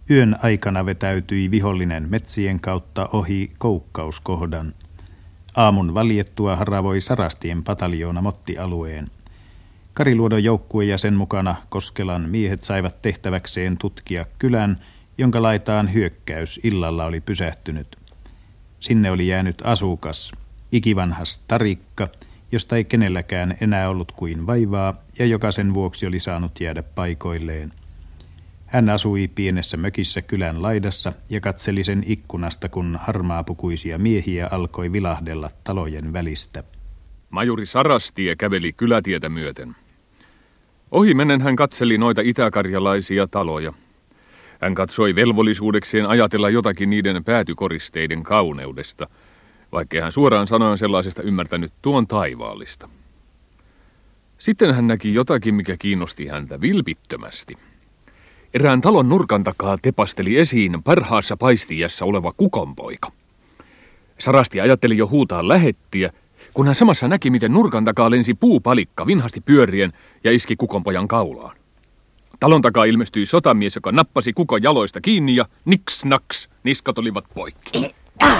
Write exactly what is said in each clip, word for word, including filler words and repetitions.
Yön aikana vetäytyi vihollinen metsien kautta ohi koukkauskohdan. Aamun valjettua haravoi Sarastien pataljoona Motti-alueen. Kariluodon joukkue ja sen mukana Koskelan miehet saivat tehtäväkseen tutkia kylän, jonka laitaan hyökkäys illalla oli pysähtynyt. Sinne oli jäänyt asukas, ikivanhas Tarikka, josta ei kenelläkään enää ollut kuin vaivaa ja joka sen vuoksi oli saanut jäädä paikoilleen. Hän asui pienessä mökissä kylän laidassa ja katseli sen ikkunasta, kun harmaapukuisia miehiä alkoi vilahdella talojen välistä. Majuri Sarastie käveli kylätietä myöten. Ohi mennen hän katseli noita itäkarjalaisia taloja. Hän katsoi velvollisuudekseen ajatella jotakin niiden päätykoristeiden kauneudesta, vaikkei hän suoraan sanoen sellaisesta ymmärtänyt tuon taivaallista. Sitten hän näki jotakin, mikä kiinnosti häntä vilpittömästi. Erään talon nurkan takaa tepasteli esiin parhaassa paistijassa oleva kukonpoika. Sarasti ajatteli jo huutaa lähettiä, kun hän samassa näki, miten nurkan takaa lensi puupalikka vinhasti pyörien ja iski kukonpojan kaulaan. Talon takaa ilmestyi sotamies, joka nappasi kukon jaloista kiinni ja niks naks, niskat olivat poikki.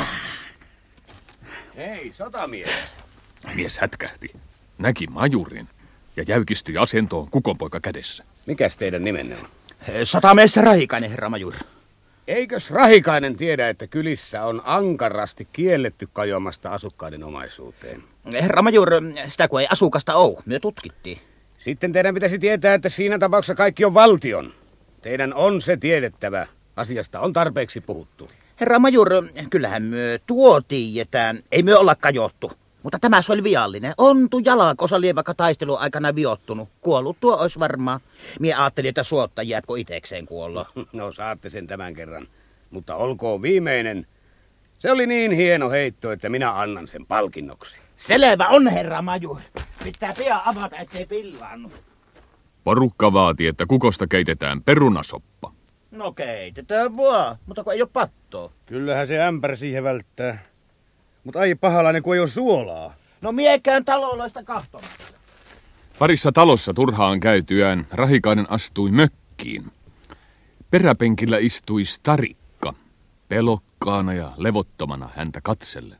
Hei, sotamies! Mies hätkähti, näki majurin ja jäykistyi asentoon kukonpoika kädessä. Mikäs teidän nimenne on? Sotamies Rahikainen, herra majur. Eikös Rahikainen tiedä, että kylissä on ankarasti kielletty kajoamasta asukkaiden omaisuuteen? Herra majur, sitä kun ei asukasta ole, me tutkittiin. Sitten teidän pitäisi tietää, että siinä tapauksessa kaikki on valtion. Teidän on se tiedettävä. Asiasta on tarpeeksi puhuttu. Herra majur, kyllähän me tuo tiedetään. Ei me olla kajottu. Mutta tämä se oli viallinen. Ontu jalakosa oli vaikka taistelun aikana viottunut. Kuollut tuo olisi varmaan. Mie ajattelin, että suotta jääpä itekseen kuolla. No saatte sen tämän kerran. Mutta olkoon viimeinen. Se oli niin hieno heitto, että minä annan sen palkinnoksi. Selvä on, herra majur. Pitää pian avata, ettei pillaannu. Porukka vaati, että kukosta keitetään perunasoppa. No keitetään vaan, mutta kun ei ole pattoa. Kyllähän se ämpäri siihen välttää. Mutta ai pahalainen, kun ei ole suolaa. No miekään taloloista kahtomassa. Parissa talossa turhaan käytyään Rahikainen astui mökkiin. Peräpenkillä istui Starikka, pelokkaana ja levottomana häntä katsellen.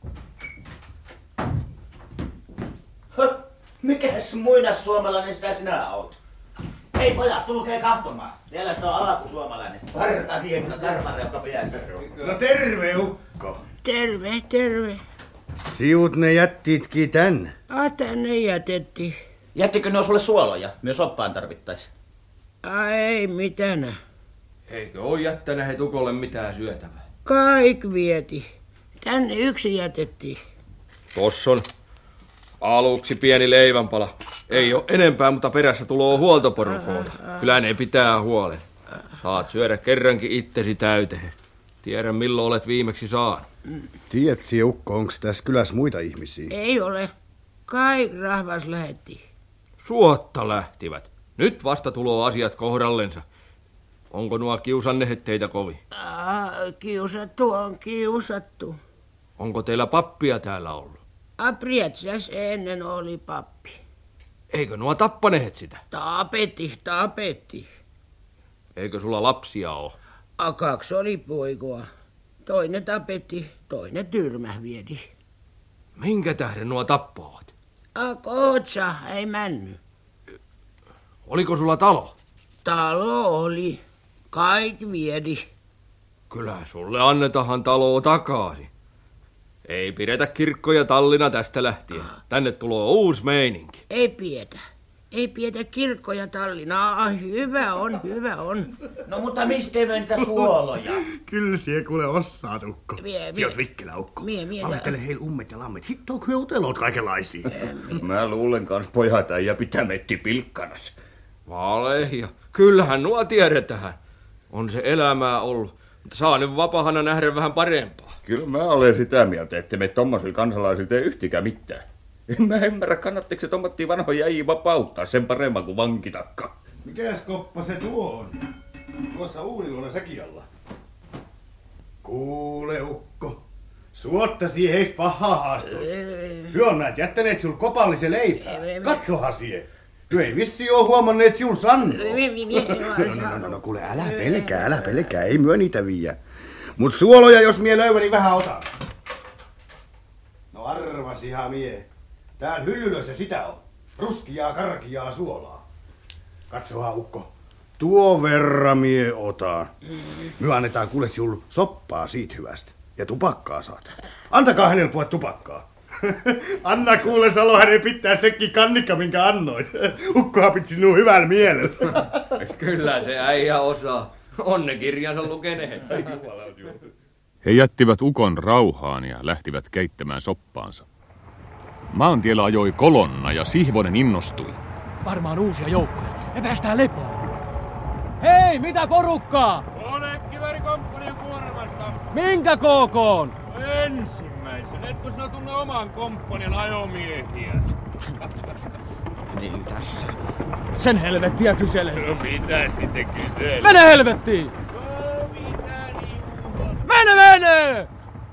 Höh, mikäs muinas suomalainen sitä sinä oot? Hei pojat, tulkee kahtomaan. Vielä sitä on alku suomalainen. Parta hiekka karvareukka päässä. No terve, ukko. Terve, terve. Siut ne jättitkin tän. A, tänne jätettiin. Jättikö ne sulle suoloja? Myös soppaan tarvittais. A, ei mitään. Eikö oo jättänyt he tukolle mitään syötävää? Kaik vieti. Tänne yksi jätettiin. Tossa on aluksi pieni leivänpala. Ei oo enempää, mutta perässä tuloo huoltoporukolta. Kyllä ne pitää huolen. Saat syödä kerrankin itsesi täyteen. Tiedän milloin olet viimeksi saanut. Tiedätkö, ukko, onks tässä kylässä muita ihmisiä? Ei ole. Kaik rahvas lähetti. Suotta lähtivät. Nyt vasta tuloo asiat kohdallensa. Onko nuo kiusanneet teitä kovin? Ah, kiusattu on kiusattu. Onko teillä pappia täällä ollut? A, Prietsäs ennen oli pappi. Eikö nuo tappaneet sitä? Tapetti, tapetti. Eikö sulla lapsia oo? A, kaksi oli poikoa. Toinen tapetti, toinen tyrmäh viedi. Minkä tähden nuo tappoivat? A, kootsa, ei männy. Oliko sulla talo? Talo oli. Kaik viedi. Kyllä sulle annetahan taloa takaisin. Ei pidetä kirkkoja tallina tästä lähtien. Tänne tulee uusi meininki. Ei pietä. Ei pietä kirkkoja Tallinnaa. Ah, hyvä on, hyvä on. No mutta mistä ei niitä suoloja? Kyllä sie kuule osaat, ukko. Mie, mie. Sieltä vikkelä, ukko. Mie, mie. Alettele heillä ummet ja lammet. Hitto, kun utelot kaikenlaisia. Mä luulen kans pojat ja pitää metti pilkkanas. Valehia. Kyllähän nuo tiedetään. On se elämää ollut. Mutta saa nyt vapahana nähdä vähän parempaa. Kyllä mä olen sitä mieltä, että me tommosilla kansalaisilta ei yhtikään mitään. En mä ymmärrä, kannatteko se tommattiin vanhoja äijä vapauttaa sen paremmin kuin vankitakka. Mikäs koppa se tuo on? Tuossa uuniluona säkialla. Kuule, ukko. Suottasi heis pahaa haastoit. Hyö on näet jättäneet sul kopallisen leipää. Katsohan sie. Ty ei vissi oo huomanneet siul sanoo. No, no, no, no, kuule, älä pelkää, älä pelkää, ei myö niitä viiä. Mut suoloja, jos mie löydän, niin vähän otan. No arvasihan mie. Täällä hyllylössä sitä on. Ruskiaa, karkiaa, suolaa. Katsohan, ukko. Tuo verra mie otan. Me annetaan kuule siul soppaa siitä hyvästä. Ja tupakkaa saat. Antakaa hänelle puhua tupakkaa. Anna kuule, Salo, hänen pitää sekin kannikka, minkä annoit. Ukkohan piti sinun hyvällä mielellä. Kyllä se äijä osaa. Onnekirjansa lukeneet. He jättivät ukon rauhaan ja lähtivät keittämään soppaansa. Maantiellä ajoi kolonna ja Sihvonen innostui. Varmaan uusia joukkoja. Me päästään lepoon. Hei, mitä porukkaa? Konekiväärikomppanian kuormasta. Minkä kookoon? Ensimmäisen. Etkö sinä tunne oman komppanian ajomiehiä? Niin tässä. Sen helvettiä kyselen. No mitä sitten kyselee? Mene helvettiin! No mitä niin? Mene, mene!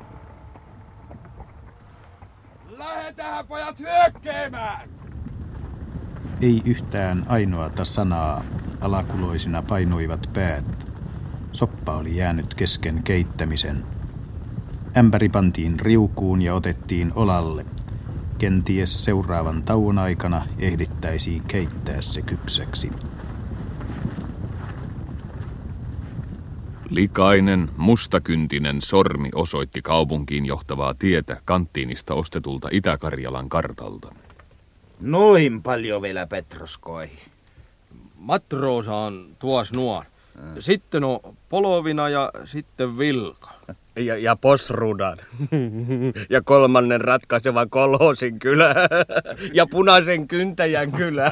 Lähetään pojat hyökkäämään! Ei yhtään ainoata sanaa, alakuloisina painuivat päät. Soppa oli jäänyt kesken keittämisen. Ämpäri pantiin riukuun ja otettiin olalle. Kenties seuraavan tauon aikana ehdittäisiin keittää se kypsäksi. Likainen, mustakyntinen sormi osoitti kaupunkiin johtavaa tietä kanttiinista ostetulta Itä-Karjalan kartalta. Noin paljon vielä Petroskoihin. Matroosa on tuos nuon. Sitten on Polovina ja sitten Vilka. Ja, ja Posrudan. Ja kolmannen ratkaisevan Kolosin kylä. Ja punaisen kyntäjän kylä.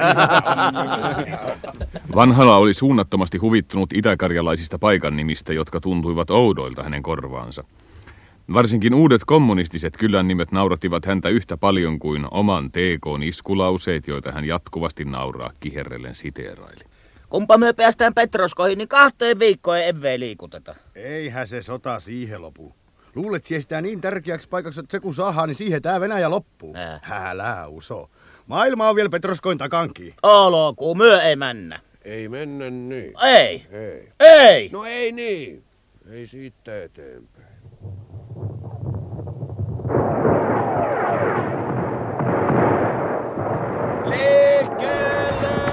Vanhala oli suunnattomasti huvittunut itäkarjalaisista paikan nimistä, jotka tuntuivat oudoilta hänen korvaansa. Varsinkin uudet kommunistiset kylän nimet naurattivat häntä yhtä paljon kuin oman T K:n iskulauseet, joita hän jatkuvasti nauraa kiherrellen siteeraili. Kumpa me päästään Petroskoihin, niin kahteen viikkoon emme liikuteta. Eihän se sota siihen lopu. Luulet sie sitä niin tärkeäksi paikaksi, että se kun saadaan, niin siihen tää Venäjä loppuu. Äh. Älä uso. Maailma on vielä Petroskoin takankin. Oloku, myö ei mennä. Ei mennä niin. Ei. Ei. Ei. No ei niin. Ei siitä eteenpäin. Liikkeelle!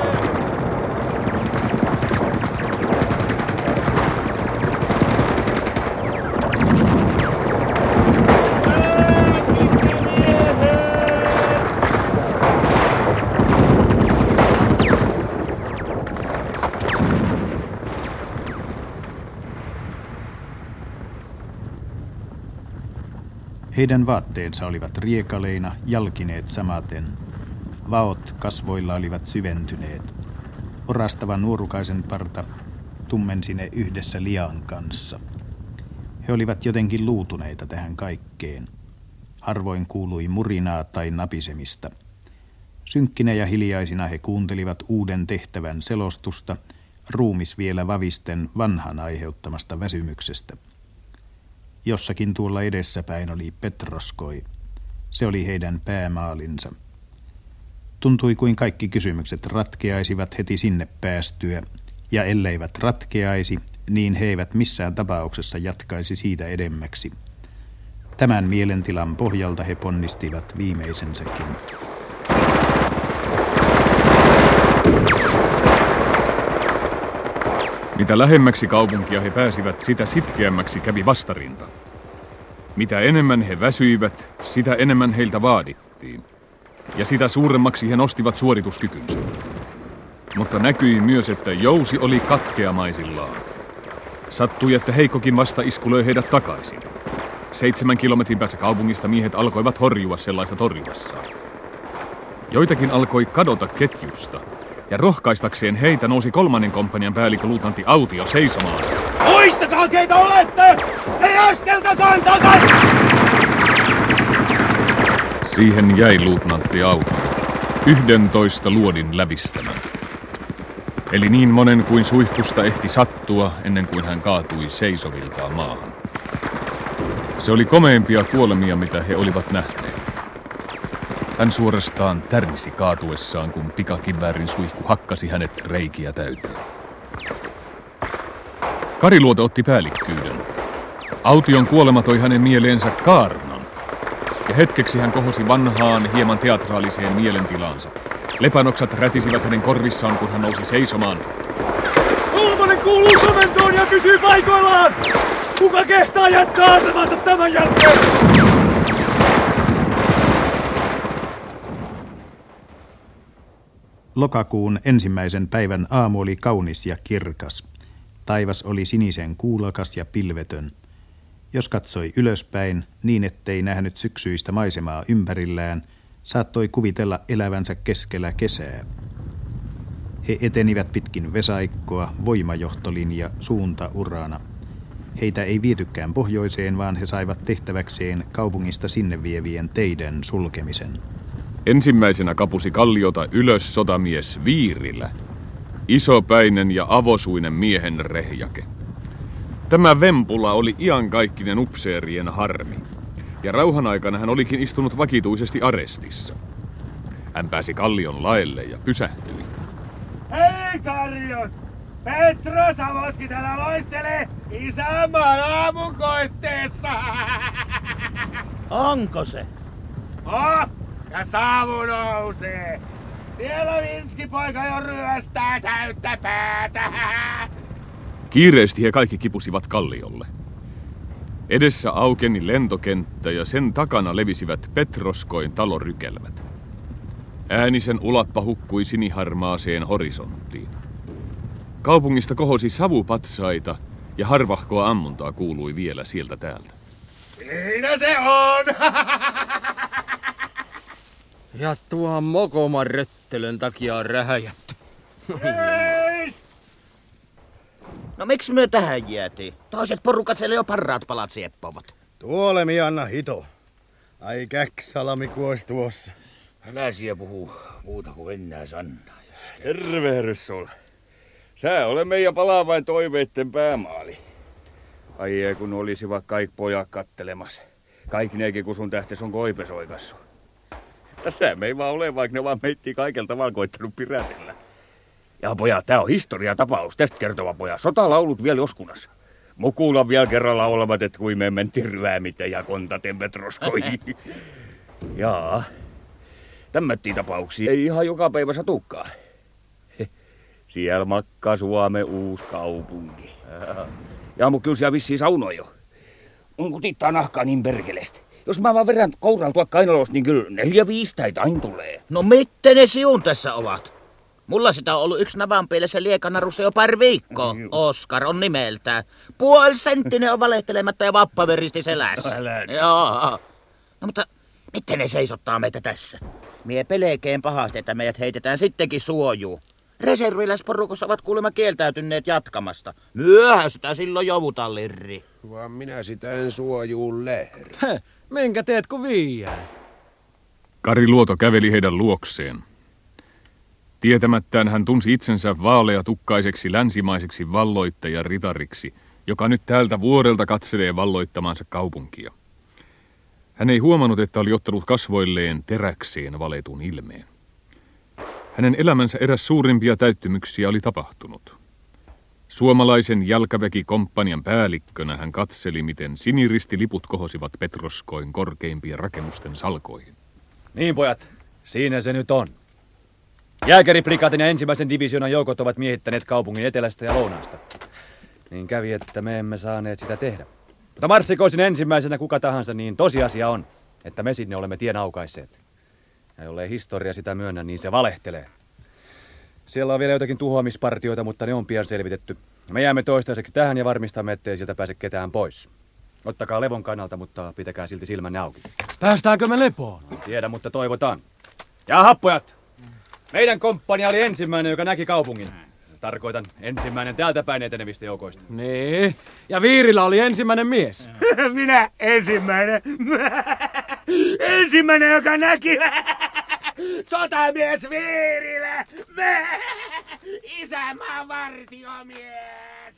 Heidän vaatteensa olivat riekaleina, jalkineet samaten. Vaot kasvoilla olivat syventyneet. Orastava nuorukaisen parta tummensi ne yhdessä lian kanssa. He olivat jotenkin luutuneita tähän kaikkeen. Harvoin kuului murinaa tai napisemista. Synkkinä ja hiljaisina he kuuntelivat uuden tehtävän selostusta, ruumis vielä vavisten vanhan aiheuttamasta väsymyksestä. Jossakin tuolla edessäpäin oli Petroskoi. Se oli heidän päämaalinsa. Tuntui kuin kaikki kysymykset ratkeaisivat heti sinne päästyä, ja elleivät ratkeaisi, niin he eivät missään tapauksessa jatkaisi siitä edemmäksi. Tämän mielentilan pohjalta he ponnistivat viimeisensäkin. Mitä lähemmäksi kaupunkia he pääsivät, sitä sitkeämmäksi kävi vastarinta. Mitä enemmän he väsyivät, sitä enemmän heiltä vaadittiin. Ja sitä suuremmaksi he nostivat suorituskykynsä. Mutta näkyi myös, että jousi oli katkeamaisillaan. Sattui, että heikkokin vastaisku löi heidät takaisin. Seitsemän kilometrin päässä kaupungista miehet alkoivat horjua sellaista torjuvassaan. Joitakin alkoi kadota ketjusta, ja rohkaistakseen heitä nousi kolmannen komppanian päällikkö luutnantti Autio seisomaan. Muistakaa, keitä olette! Ei askeltakaan takaisin! Siihen jäi luutnantti Autio, yhdentoista luodin lävistämän. Eli niin monen kuin suihkusta ehti sattua ennen kuin hän kaatui seisoviltaan maahan. Se oli komeimpia kuolemia, mitä he olivat nähneet. Hän suorastaan tärisi kaatuessaan, kun pikakiväärin suihku hakkasi hänet reikiä täyteen. Kariluoto otti päällikkyyden. Aution kuolema toi hänen mieleensä Kaarnan. Ja hetkeksi hän kohosi vanhaan, hieman teatraaliseen mielentilaansa. Lepänoksat rätisivät hänen korvissaan, kun hän nousi seisomaan. Kolmonen kuuluu komentoon ja pysyy paikoillaan! Kuka kehtaa jättää asemansa tämän jälkeen? Lokakuun ensimmäisen päivän aamu oli kaunis ja kirkas. Taivas oli sinisen kuulakas ja pilvetön. Jos katsoi ylöspäin, niin ettei nähnyt syksyistä maisemaa ympärillään, saattoi kuvitella elävänsä keskellä kesää. He etenivät pitkin vesaikkoa, voimajohtolinja suunta urana. Heitä ei vietykään pohjoiseen, vaan he saivat tehtäväkseen kaupungista sinne vievien teiden sulkemisen. Ensimmäisenä kapusi kalliota ylös sotamies Viirilä, isopäinen ja avosuinen miehen rehjake. Tämä Vempula oli iankaikkinen upseerien harmi, ja rauhan aikana hän olikin istunut vakituisesti arestissa. Hän pääsi kallion laelle ja pysähtyi. Hei karjot! Petro Savoski täällä loistelee isänmaan aamukoitteessa! Onko se? Oh, ja savu nousee! Siellä Vinski-poika jo ryöstää täyttä päätä! Kiireesti he kaikki kipusivat kalliolle. Edessä aukeni lentokenttä ja sen takana levisivät Petroskoin talorykelmät. Äänisen ulappa hukkui siniharmaaseen horisonttiin. Kaupungista kohosi savupatsaita ja harvahkoa ammuntaa kuului vielä sieltä täältä. Siinä se on! Ja tuon mokoman röttelön takia on rähäjätty. No miksi myö tähän jäätiin? Toiset porukat siellä jo parraat palat sieppovat. Tuole mi anna hito. Ai käksalami kuos tuossa. Älä siellä puhuu muuta kuin Venäjä Sannaa. Tervehdys sul. Sä ole meidän palaavain toiveitten päämaali. Ai ei, kun olisivat kaikki pojat kattelemassa. Kaikki nekin, kun sun tähtes on koipesoikassu. Tässä me ei vaan ole, vaikka ne vaan meittiin kaikella tavalla koittanut pirätellä. Ja pojat, tää on historiatapaus. Tästä kertova pojat. Sotalaulut vielä joskunnassa. Mukulan vielä kerran laulavat, että kui me mentiin ryäämiten ja kontaten Petroskoihin. Jaa. Tämmöttiin tapauksia ei ihan joka päivä satukaan. Siellä makkaa Suomen uusi kaupunki. Ja mun kyllä siellä vissiin saunoi jo. Mun kutittaa nahkaa niin perkeleesti. Jos mä vaan verran kouralla tuo kainalosta, niin kyllä neljä viistäitä aina tulee. No miten ne siun tässä ovat? Mulla sitä on ollut yksi navanpielessä liekanarussa jo pari viikkoa. Oskar on nimeltään. Puoli senttinen on valehtelematta ja vappaveristi selässä. Joo. No mutta miten ne seisottaa meitä tässä? Mie pelekeen pahasti, että meidät heitetään sittenkin suojuun. Reserviläisporukossa ovat kuulemma kieltäytyneet jatkamasta. Myöhään sitä silloin jovutaan, Lirri. Vaan minä sitä en suojuun lehri. Heh, minkä teet kun viiää? Kariluoto käveli heidän luokseen. Tietämättään hän tunsi itsensä vaaleatukkaiseksi länsimaiseksi valloittajaritariksi, joka nyt täältä vuorelta katselee valloittamansa kaupunkia. Hän ei huomannut, että oli ottanut kasvoilleen teräkseen valetun ilmeen. Hänen elämänsä eräs suurimpia täyttymyksiä oli tapahtunut. Suomalaisen jalkaväkikomppanian päällikkönä hän katseli, miten siniristiliput kohosivat Petroskoin korkeimpien rakennusten salkoihin. Niin pojat, siinä se nyt on. Jääkäriprikaatin ja ensimmäisen divisioonan joukot ovat miehittäneet kaupungin etelästä ja lounaasta. Niin kävi, että me emme saaneet sitä tehdä. Mutta marssikoisin ensimmäisenä kuka tahansa, niin tosiasia on, että me sinne olemme tien aukaisseet. Ja jollei historia sitä myönnä, niin se valehtelee. Siellä on vielä jotakin tuhoamispartioita, mutta ne on pian selvitetty. Me jäämme toistaiseksi tähän ja varmistamme, ettei sieltä pääse ketään pois. Ottakaa levon kannalta, mutta pitäkää silti silmänne auki. Päästäänkö me lepoon? En tiedä, mutta toivotaan. Ja happojat! Meidän komppania oli ensimmäinen, joka näki kaupungin. Tarkoitan ensimmäinen täältä päin etenevistä joukoista. Niin. Ja Viirillä oli ensimmäinen mies. Minä ensimmäinen. Ensimmäinen, joka näki. Sotamies Viirilä. Isänmaan vartiomies.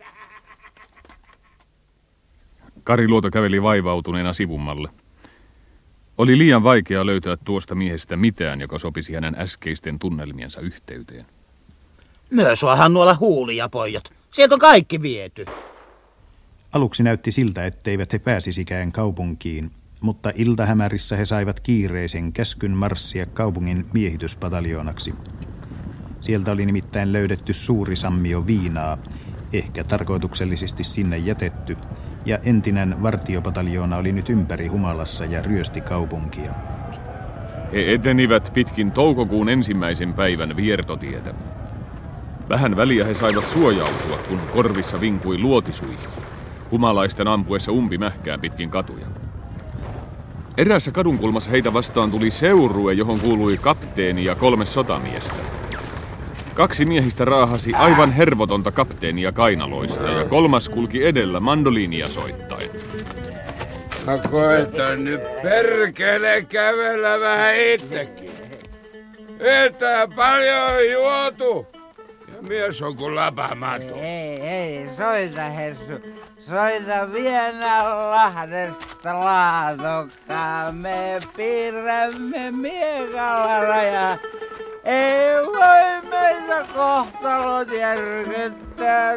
Kariluoto käveli vaivautuneena sivummalle. Oli liian vaikea löytää tuosta miehestä mitään, joka sopisi hänen äskeisten tunnelmiensa yhteyteen. Myös onhan nuolla huulia, pojat. Sieltä on kaikki viety. Aluksi näytti siltä, etteivät he pääsisikään kaupunkiin, mutta iltahämärissä he saivat kiireisen käskyn marssia kaupungin miehityspataljoonaksi. Sieltä oli nimittäin löydetty suuri sammio viinaa, ehkä tarkoituksellisesti sinne jätetty, ja entinen vartiopataljoona oli nyt ympäri humalassa ja ryösti kaupunkia. He etenivät pitkin toukokuun ensimmäisen päivän viertotietä. Vähän väliä he saivat suojautua, kun korvissa vinkui luotisuihku, humalaisten ampuessa umpimähkää pitkin katuja. Eräässä kadunkulmassa heitä vastaan tuli seurue, johon kuului kapteeni ja kolme sotamiestä. Kaksi miehistä raahasi aivan hervotonta kapteenia kainaloista ja kolmas kulki edellä mandoliinia soittaen. Mä koetan nyt perkele kävellä vähän itsekin. Että paljon juotu. Ja mies on kuin lapamato. Ei, ei, soita Hessu. Soita Vienan Lahdesta laatokkaa. Me piirrämme miekalla rajaa. Ei voi meitä kohtalot järkyttää.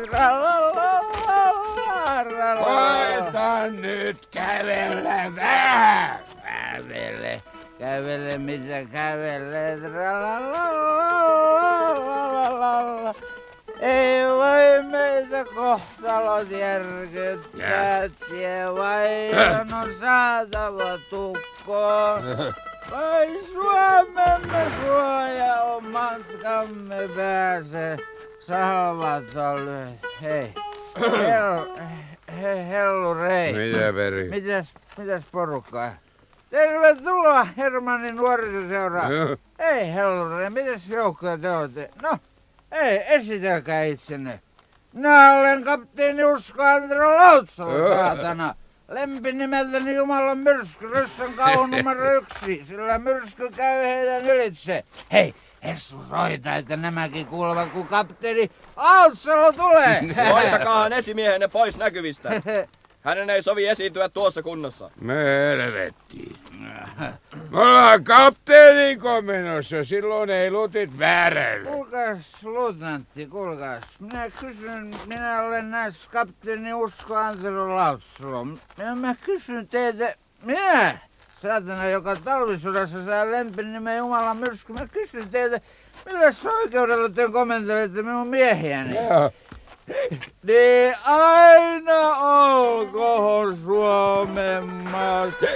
Koeta nyt kävellä vähän. Kävele, kävele mitä kävele. Ei voi meitä kohtalot järkyttää. Tie vain on saatava tukkoon. Vai Suomemme suoja on matkamme pääse. Salvat on lyhyt. Hei. Hel, he, hellurei. Mitä peri? Mitäs, mitäs porukkaa? Tervetuloa Hermannin nuorisoseura. Hei hellurei, mitäs joukkoja te olette? No, ei, esitelkää itsenne. Minä olen kapteeni Usko Antero Lautsalo, saatana. Lempinimeltäni Jumalan myrsky, Rössän kauhun numero yksi, sillä myrsky käy heidän ylitse. Hei, Hessu soita, että nämäkin kuulevat, kun kapteeni Lautsalo tulee. Hoitakaahan esimiehenne pois näkyvistä. Hänen ei sovi esiintyä tuossa kunnossa. Me helvettiin. Me ollaan kapteenin komennossa, silloin ei lutit väärällä. Kuulkaas, luutnantti, kuulkaas. Minä kysyn, minä olen näissä kapteeni Usko Antero Lautsalo. Minä mä kysyn teitä, minä, saatana, joka talvisodassa saa lempinimen Jumalan myrsky. Mä kysyn teitä, millä oikeudella te komentelette minun miehiäni? Joo. Niin aina olkoon Suomen maasta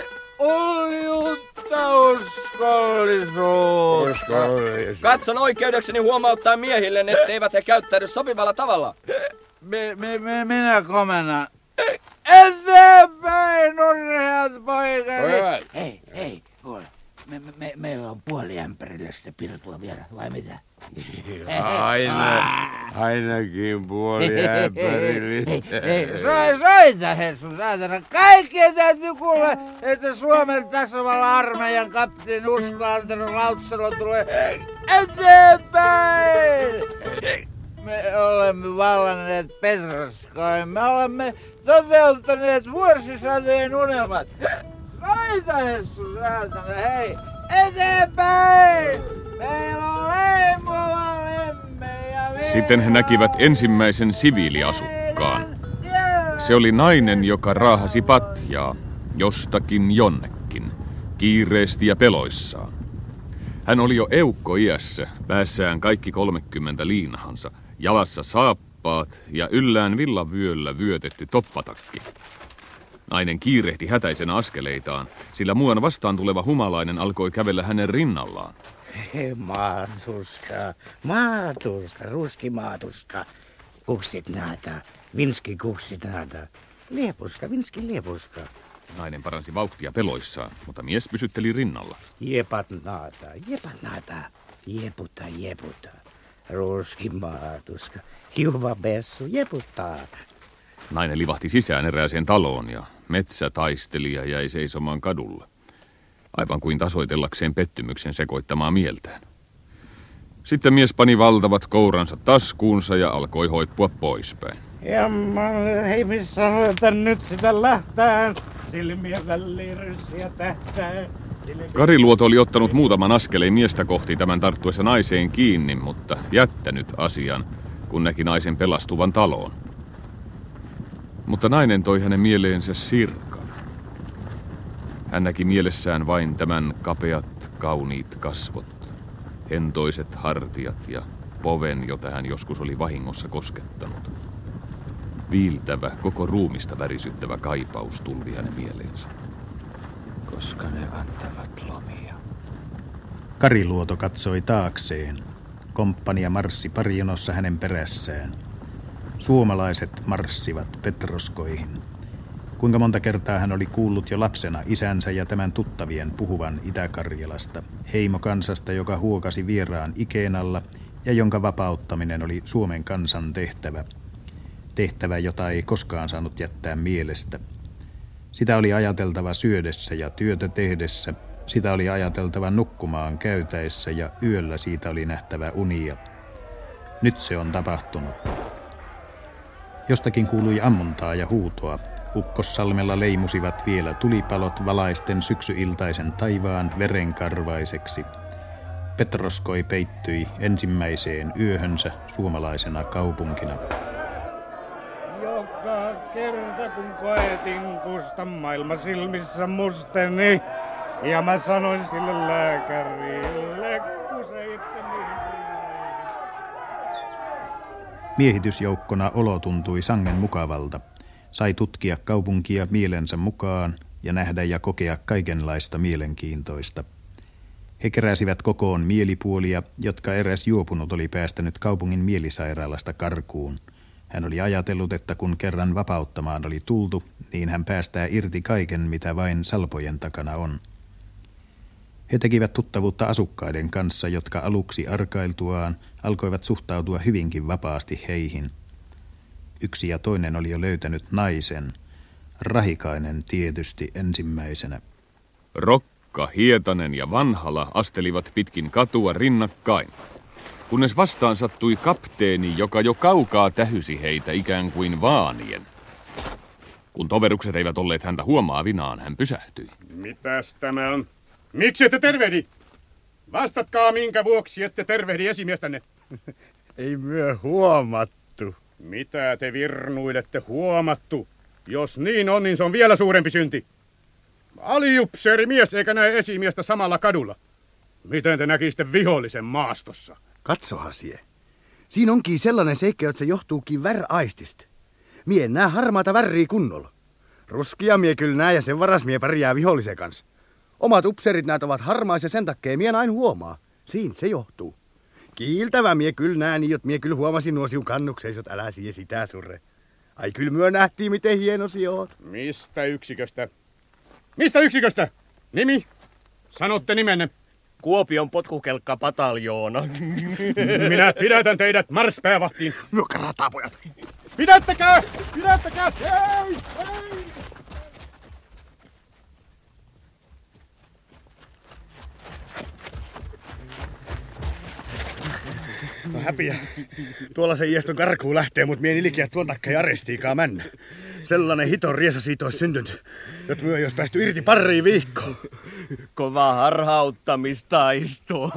uljuutta uskollisuutta. Uskollisuutta. Katson oikeudekseni huomauttaa miehille, etteivät he käyttäydy sopivalla tavalla. Mi, mi, mi, minä komennan. Eteenpäin, urheat poikani! Hei, hei, kuule. Me, me, meillä on puoli ämpärillistä pirtua vielä, vai mitä? Aina, ainakin puoli ämpärillistä. Soi, soita, Hessu, saatana. Kaikkien täytyy kuulla, että Suomen tasavallan armeijan kapteeni Usko Antero Lautsalo tulee eteenpäin! Me olemme vallanneet Petroskoin. Me olemme toteuttaneet vuosisateen unelmat. Soita, Hessu, saatana, hei! Eteenpäin! Meillä on leimova lemme ja vielä... Sitten he näkivät ensimmäisen siviiliasukkaan. Se oli nainen, joka raahasi patjaa, jostakin jonnekin, kiireesti ja peloissaan. Hän oli jo eukkoiässä, päässään kaikki kolmekymmentä liinahansa, jalassa saappaat ja yllään villavyöllä vyötetty toppatakki. Nainen kiirehti hätäisenä askeleitaan, sillä muuan vastaan tuleva humalainen alkoi kävellä hänen rinnallaan. Maatuska, maatuska, ruski maatuska, kuksit naata, vinski kuksit naata, liepuska, vinski liepuska. Nainen paransi vauhtia peloissaan, mutta mies pysytteli rinnalla. Jepat naata, jepat naata, jeputa, jeputa, ruski maatuska, hiuva bessu, jeputtaa. Nainen livahti sisään erääseen taloon ja metsätaistelija jäi seisomaan kadulla, aivan kuin tasoitellakseen pettymyksen sekoittamaa mieltään. Sitten mies pani valtavat kouransa taskuunsa ja alkoi hoippua poispäin. Jamma, hei missä aloitan nyt sitä lähtään, silmiä väliin ryssiä tähtää. Kariluoto oli ottanut muutaman askeleen miestä kohti tämän tarttuessa naiseen kiinni, mutta jättänyt asian, kun näki naisen pelastuvan taloon. Mutta nainen toi hänen mieleensä Sirkan. Hän näki mielessään vain tämän kapeat, kauniit kasvot, hentoiset hartiat ja poven, jota hän joskus oli vahingossa koskettanut. Viiltävä, koko ruumista värisyttävä kaipaus tulvi hänen mieleensä. Koska ne antavat lomia. Kariluoto katsoi taakseen. Komppania marssi parijonossa hänen perässään. Suomalaiset marssivat Petroskoihin. Kuinka monta kertaa hän oli kuullut jo lapsena isänsä ja tämän tuttavien puhuvan Itä-Karjalasta, heimokansasta, joka huokasi vieraan ikeen alla ja jonka vapauttaminen oli Suomen kansan tehtävä. Tehtävä, jota ei koskaan saanut jättää mielestä. Sitä oli ajateltava syödessä ja työtä tehdessä, sitä oli ajateltava nukkumaan käytäessä ja yöllä siitä oli nähtävä unia. Nyt se on tapahtunut. Jostakin kuului ammuntaa ja huutoa. Ukkossalmella leimusivat vielä tulipalot valaisten syksyiltaisen taivaan verenkarvaiseksi. Petroskoi peittyi ensimmäiseen yöhönsä suomalaisena kaupunkina. Joka kerta kun koetin kusta maailma silmissä musteni, ja mä sanoin sille lääkärille, kuseitte niin. Miehitysjoukkona olo tuntui sangen mukavalta. Sai tutkia kaupunkia mielensä mukaan ja nähdä ja kokea kaikenlaista mielenkiintoista. He keräsivät kokoon mielipuolia, jotka eräs juopunut oli päästänyt kaupungin mielisairaalasta karkuun. Hän oli ajatellut, että kun kerran vapauttamaan oli tultu, niin hän päästää irti kaiken, mitä vain salpojen takana on. He tekivät tuttavuutta asukkaiden kanssa, jotka aluksi arkailtuaan alkoivat suhtautua hyvinkin vapaasti heihin. Yksi ja toinen oli jo löytänyt naisen, Rahikainen tietysti ensimmäisenä. Rokka, Hietanen ja Vanhala astelivat pitkin katua rinnakkain, kunnes vastaan sattui kapteeni, joka jo kaukaa tähysi heitä ikään kuin vaanien. Kun toverukset eivät olleet häntä huomaavinaan, hän pysähtyi. Mitäs tämä on? Miksi ette tervehdi? Vastatkaa, minkä vuoksi ette tervehdi esimiestänne. Ei myö huomattu. Mitä te virnuilette huomattu? Jos niin on, niin se on vielä suurempi synti. Aliupseeri mies eikä näe esimiestä samalla kadulla. Miten te näkisitte vihollisen maastossa? Katsohan sie. Siinä onkin sellainen seikka, että se johtuukin väräaistista. Mie en näe harmaata värriä kunnolla. Ruskia mie kyllä näe ja sen varas mie pärjää vihollisen kanssa. Omat upseerit näet ovat harmaisia ja sen takia mie aina huomaa. Siin se johtuu. Kiiltävä mie kyllä näen, niin, mie kyllä huomasin nuo siun kannukseisot, älä sie sitä surre. Ai kyllä myö nähtiin, miten hienosi oot. Mistä yksiköstä? Mistä yksiköstä? Nimi? Sanotte nimenne. Kuopion potkukelkka pataljoona. Minä pidätän teidät marspäävahtiin. Myö karataa, pojat. Pidättäkää! Pidättäkää! Hei! Hei! No häpiä. Tuolla se ieston karkuun lähtee, mut mien ilkiä tuon takia ei arestiikaa männä. Sellainen hiton riesa siitä olisi syntynyt, jot myö jos päästy irti pariin viikkoon. Kova harhauttamistaisto.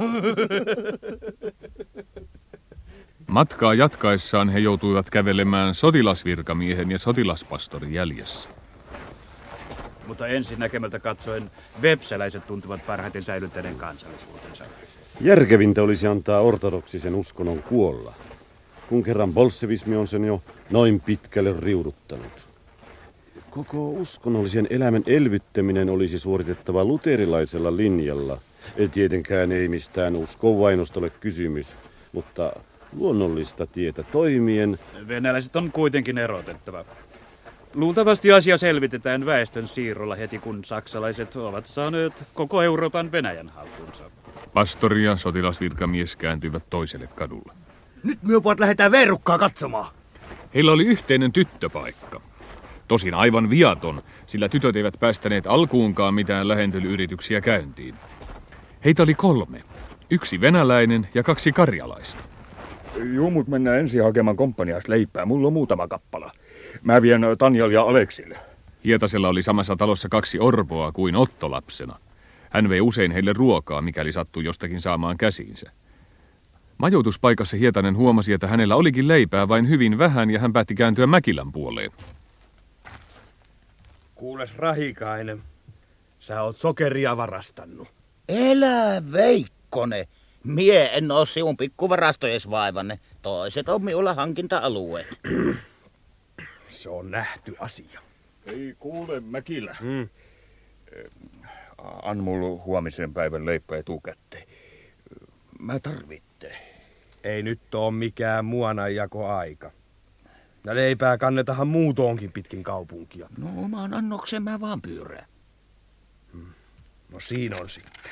Matkaa jatkaessaan he joutuivat kävelemään sotilasvirkamiehen ja sotilaspastorin jäljessä. Mutta ensin näkemältä katsoen vepsäläiset tuntuvat parhaiten säilyttäneen kansallisuutensa. Järkevintä olisi antaa ortodoksisen uskonnon kuolla, kun kerran bolshevismi on sen jo noin pitkälle riuduttanut. Koko uskonnollisen elämän elvyttäminen olisi suoritettava luterilaisella linjalla. Ei tietenkään ei mistään uskonvainosta ole kysymys, mutta luonnollista tietä toimien. Venäläiset on kuitenkin erotettava. Luultavasti asia selvitetään väestön siirrolla heti, kun saksalaiset ovat saaneet koko Euroopan Venäjän haltuunsa. Pastori ja sotilasvirkamies kääntyivät toiselle kadulle. Nyt myöpuat lähdetään verukkaa katsomaan. Heillä oli yhteinen tyttöpaikka. Tosin aivan viaton, sillä tytöt eivät päästäneet alkuunkaan mitään lähentelyyrityksiä käyntiin. Heitä oli kolme. Yksi venäläinen ja kaksi karjalaista. Juu, mut mennään ensin hakemaan komppaniasta leipää. Mulla on muutama kappala. Mä vien Tanjal ja Aleksille. Hietasella oli samassa talossa kaksi orpoa kuin Otto lapsena. Hän vei usein heille ruokaa, mikäli sattui jostakin saamaan käsiinsä. Majoituspaikassa Hietanen huomasi, että hänellä olikin leipää vain hyvin vähän, ja hän päätti kääntyä Mäkilän puoleen. Kuules Rahikainen, sä oot sokeria varastannut. Elä Veikkone. Mie en oo siun pikkuvarastojes vaivanne. Toiset on minulla hankinta-alueet. Se on nähty asia. Ei kuule, Mäkilä. Mm. Anna mulle huomisen päivän leipä etukäteen. Mä tarvitteen. Ei nyt oo mikään muonanjakoaika. Ja leipää kannetahan muutoonkin pitkin kaupunkia. No omaan annokseen mä vaan pyyrään. Hmm. No siinä on sitten.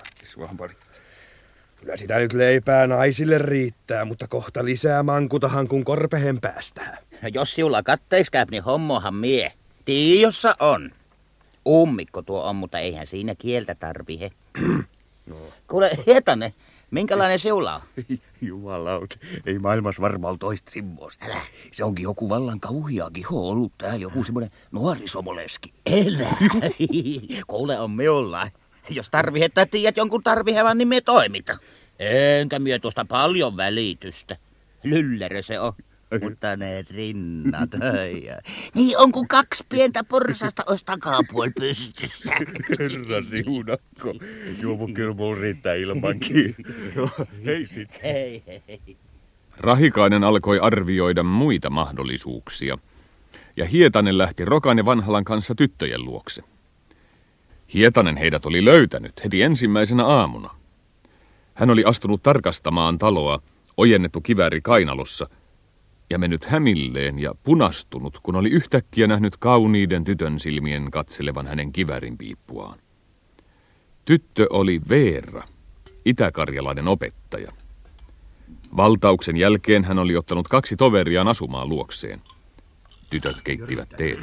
Kyllä sitä nyt leipää naisille riittää, mutta kohta lisää mankutahan kun korpehen päästään. No jos siulla katteeks käyp, niin hommohan mie. Tiossa on. Ummikko tuo on, mutta eihän siinä kieltä tarvitse. No. Kuule, Hietanen, minkälainen siulla on? Jumalaut, ei maailmassa varmaan toista simmosta. Älä. Se onkin joku vallan kauhia kiho ollut täällä, joku semmoinen nuorisomoleski. Elä. Kuule, on minulla. Jos tarvii, että tiedät jonkun tarvihevan, niin me toimita. Enkä mie tuosta paljon välitystä. Lyllerö se on. Mutta ne rinnat, ai, ai. Niin on kuin kaksi pientä porsasta ois takapuoli pystyssä. Herra siunakko, juomu kyllä mulla riittää ilmankin. No, hei sit. Hei, hei. Rahikainen alkoi arvioida muita mahdollisuuksia, ja Hietanen lähti Rokan ja Vanhalan kanssa tyttöjen luokse. Hietanen heidät oli löytänyt heti ensimmäisenä aamuna. Hän oli astunut tarkastamaan taloa, ojennettu kivääri kainalossa, ja mennyt hämilleen ja punastunut, kun oli yhtäkkiä nähnyt kauniiden tytön silmien katselevan hänen kiväärin piippuaan. Tyttö oli Veera, itäkarjalainen opettaja. Valtauksen jälkeen hän oli ottanut kaksi toveriaan asumaan luokseen. Tytöt keittivät teetä.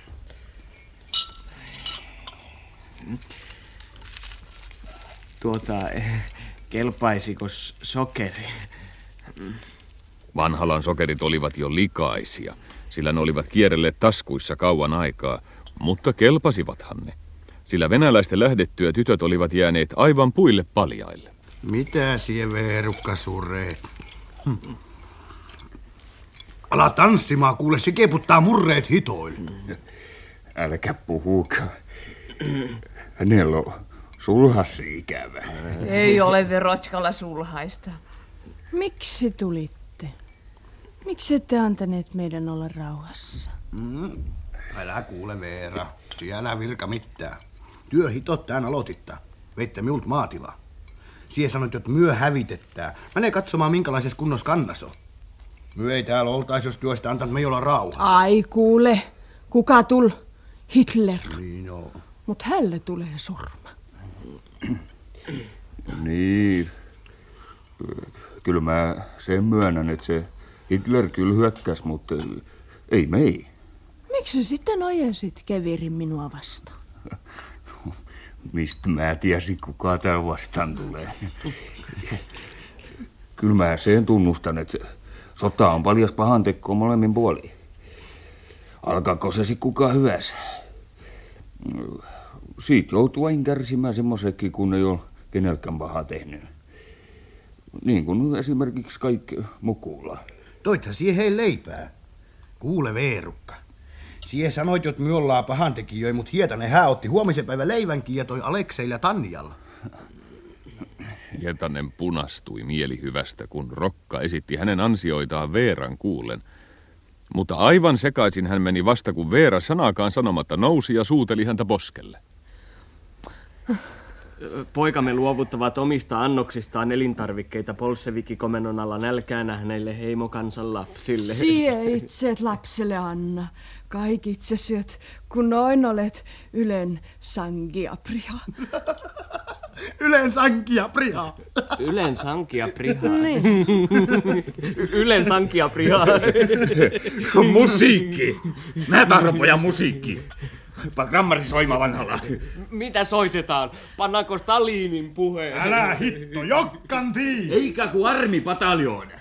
Tuota, kelpaisiko sokeri? Vanhalan sokerit olivat jo likaisia, sillä ne olivat kierrelleet taskuissa kauan aikaa, mutta kelpasivathan ne. Sillä venäläisten lähdettyä tytöt olivat jääneet aivan puille paljaille. Mitä sie Veerukka sureet? Hm. Ala tanssimaan, kuule, se keputtaa murreet hitoille. Älkä puhuka. Hänellä on sulhassi ikävä. Ei ole Verotskalla sulhaista. Miksi tulitte? Miksi ette antaneet meidän olla rauhassa? Mm. Älä kuule, Veera. Siellä virka mitään. Työhitot tään aloitittaa. Veitte minulta maatilaa. Sie sanoit, että myö hävitettää. Mene katsomaan, minkälaisessa kunnossa kannas on. Myö ei täällä oltais, jos työstä antanut me olla rauhassa. Ai kuule, kuka tul? Hitler. Niin joo. Mut hälle tulee surma. Niin. Kyllä mä sen myönnän, että se Hitler kyllä hyökkäs, mutta ei mei. Miksi sitten ojensit kevirin minua vastaan? Mistä mä tiesin, kuka täällä vastaan tulee. Kyllä mä sen tunnustan, että sota on paljas pahantekoa molemmin puoliin. Alkaako se sitten kuka hyvässä? Siitä joutuu aina kärsimään semmoisekin, kun ei ole kenelläkään pahaa tehnyt. Niin kuin esimerkiksi kaikki mukulla. Toithan sie hei leipää. Kuule, Veerukka. Sie sanoit, että me ollaan pahantekijöitä, mutta Hietanen hää otti huomisen päivän leivänkin ja toi Alekseilla ja Tanjalla. Hietanen punastui mielihyvästä, kun Rokka esitti hänen ansioitaan Veeran kuullen. Mutta aivan sekaisin hän meni vasta, kun Veera sanaakaan sanomatta nousi ja suuteli häntä poskelle. Poikamme luovuttavat omista annoksistaan elintarvikkeita bolshevikikomennon alla nälkää nähneille heimokansan lapsille. Sie itse lapselle anna. Kaikki itse syöt, kun noin olet Ylen sangia priha. Ylen sankia priha. Ylen sankia priha. Niin. Ylen sankia priha. Musiikki. Mä tahdon pojan musiikki. Grammari soima Vanhala. Mitä soitetaan? Pannaanko Stalinin puheen? Älä hitto, jokkantii! Eikä ku armipataljoona.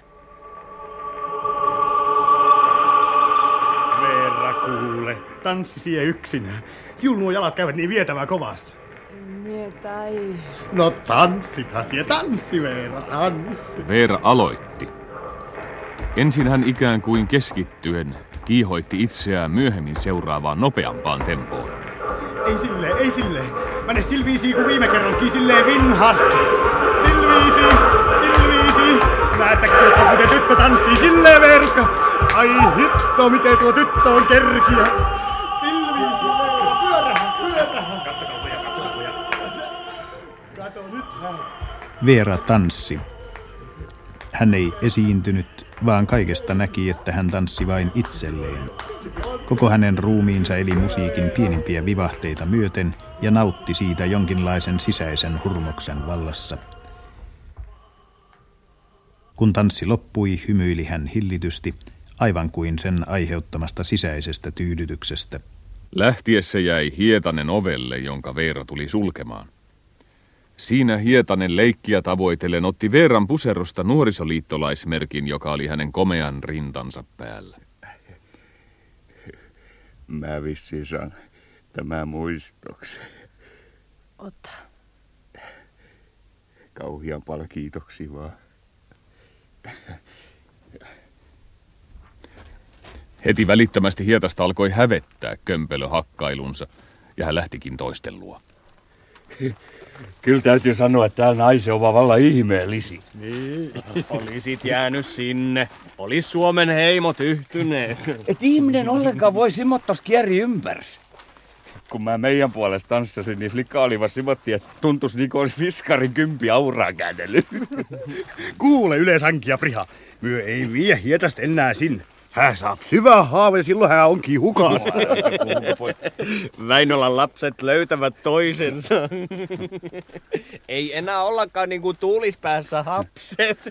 Veera kuule, tanssi sie yksinään. Siul nuo jalat käyvät niin vietävää kovasti. Mie tai... No tanssithan ja tanssi, Veera, tanssi. Veera aloitti. Ensin hän ikään kuin keskittyen kiihoitti itseään myöhemmin seuraavaan nopeampaan tempoon. Ei silleen, ei silleen. Mene silviisi kuin viime kerralkin silleen vinhast. Silviisi, silviisi. Näettekö tuota, miten tyttö tanssii silleen, Veerukka? Ai hitto, miten tuo tyttö on kerkiä. Silviisi, Veera, pyörähän, pyörähän. Kattokaa poja, kattokaa poja. Kato nyt hän. Veera tanssi. Hän ei esiintynyt, vaan kaikesta näki, että hän tanssi vain itselleen. Koko hänen ruumiinsa eli musiikin pienimpiä vivahteita myöten ja nautti siitä jonkinlaisen sisäisen hurmoksen vallassa. Kun tanssi loppui, hymyili hän hillitysti, aivan kuin sen aiheuttamasta sisäisestä tyydytyksestä. Lähtiessä jäi Hietanen ovelle, jonka Veera tuli sulkemaan. Siinä Hietanen leikkiä tavoitellen otti Veeran puserosta nuorisoliittolaismerkin, joka oli hänen komean rintansa päällä. Mä vissiin saan tämä muistoksi. Ota. Kauhian paljon kiitoksia vaan. Heti välittömästi Hietasta alkoi hävettää kömpelöhakkailunsa, ja hän lähtikin toistelua. Kyllä täytyy sanoa, että täällä naisen on vallan ihmeellisi. Niin. Olisit jäänyt sinne. Olis Suomen heimot yhtyneet. Et ihminen ollenkaan voi simmottos kierri ympärs. Kun mä meidän puolesta tanssasin, niin flikka olivat simottiin, että tuntuisi niin kuin olisi viskarin kympi auraa käändellyt. Kuule yleisankia, Priha. Myö ei vie Hietasta enää sinne. Hän saa syvää haave, silloin hän onkin hukassa. Väinolan lapset löytävät toisensa. Ei enää ollakaan niin kuin tuulispäässä hapset.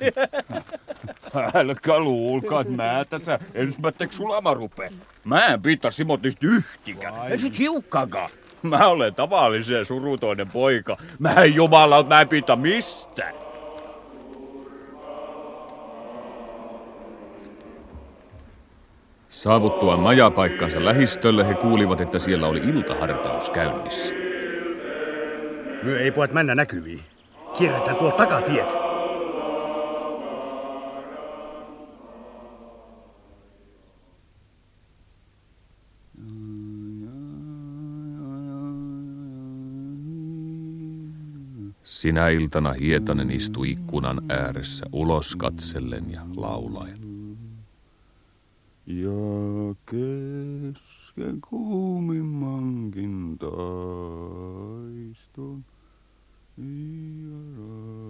Älkää luulkaa, että mä tässä ensimmäiseksi sulama rupeen. Mä en piittaa simotista yhtikään. Ei sit hiukkaakaan. Mä olen tavallisen surutoinen poika. Mä en jumala, mä en piittaa mistään. Saavuttuaan majapaikkansa lähistölle he kuulivat, että siellä oli iltahartaus käynnissä. Myö ei pojat mennä näkyviin. Kierretään tuolta takatiet. Sinä iltana Hietanen istui ikkunan ääressä ulos katsellen ja laulaen. Ja kesken kuumimmankin taiston.